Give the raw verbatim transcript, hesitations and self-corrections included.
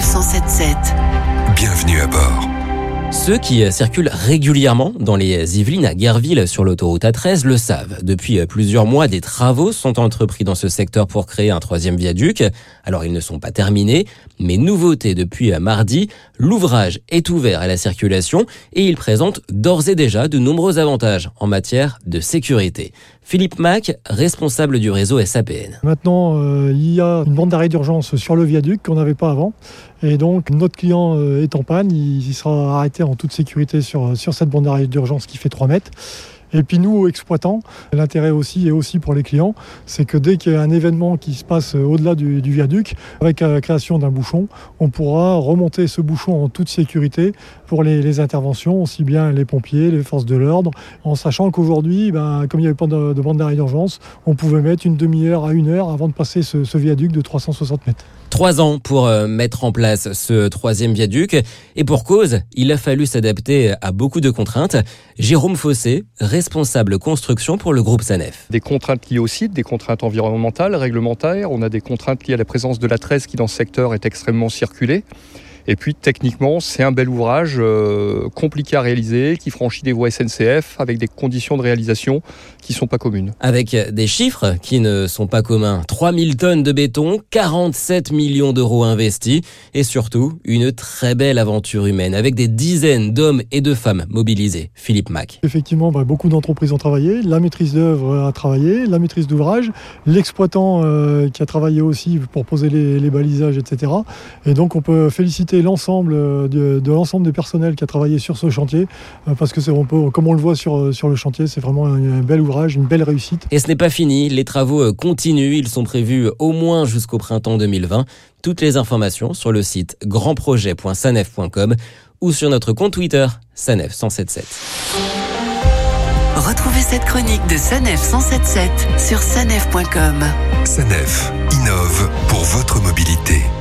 Sanef cent sept sept. Bienvenue à bord. Ceux qui circulent régulièrement dans les Yvelines à Guerville sur l'autoroute A treize le savent. Depuis plusieurs mois, des travaux sont entrepris dans ce secteur pour créer un troisième viaduc. Alors ils ne sont pas terminés, mais nouveauté depuis mardi, l'ouvrage est ouvert à la circulation et il présente d'ores et déjà de nombreux avantages en matière de sécurité. Philippe Mac, responsable du réseau S A P N. Maintenant, euh, il y a une bande d'arrêt d'urgence sur le viaduc qu'on n'avait pas avant. Et donc, notre client euh, est en panne, il, il sera arrêté en toute sécurité sur, sur cette bande d'arrêt d'urgence qui fait trois mètres. Et puis nous, exploitants, l'intérêt aussi et aussi pour les clients, c'est que dès qu'il y a un événement qui se passe au-delà du, du viaduc, avec la création d'un bouchon, on pourra remonter ce bouchon en toute sécurité pour les, les interventions, aussi bien les pompiers, les forces de l'ordre, en sachant qu'aujourd'hui, ben, comme il n'y avait pas de, de bande d'arrêt d'urgence, on pouvait mettre une demi-heure à une heure avant de passer ce, ce viaduc de trois cent soixante mètres. Trois ans pour euh, mettre en place ce troisième viaduc. Et pour cause, il a fallu s'adapter à beaucoup de contraintes. Jérôme Fossé, responsable construction pour le groupe Sanef. Des contraintes liées au site, des contraintes environnementales, réglementaires. On a des contraintes liées à la présence de l'A treize qui dans ce secteur est extrêmement circulée. Et puis techniquement, c'est un bel ouvrage euh, compliqué à réaliser, qui franchit des voies S N C F avec des conditions de réalisation qui ne sont pas communes. Avec des chiffres qui ne sont pas communs. trois mille tonnes de béton, quarante-sept millions d'euros investis et surtout une très belle aventure humaine avec des dizaines d'hommes et de femmes mobilisés. Philippe Mac. Effectivement, bah, beaucoup d'entreprises ont travaillé, la maîtrise d'œuvre a travaillé, la maîtrise d'ouvrage, l'exploitant euh, qui a travaillé aussi pour poser les, les balisages, et cetera. Et donc on peut féliciter l'ensemble de, de l'ensemble des personnels qui a travaillé sur ce chantier parce que c'est on peut, comme on le voit sur, sur le chantier, c'est vraiment un, un bel ouvrage, une belle réussite. Et ce n'est pas fini, les travaux continuent, ils sont prévus au moins jusqu'au printemps deux mille vingt. Toutes les informations sur le site grand projet point sanef point com ou sur notre compte Twitter Sanef cent sept sept. Retrouvez cette chronique de Sanef cent sept sept sur sanef point com. Sanef innove pour votre mobilité.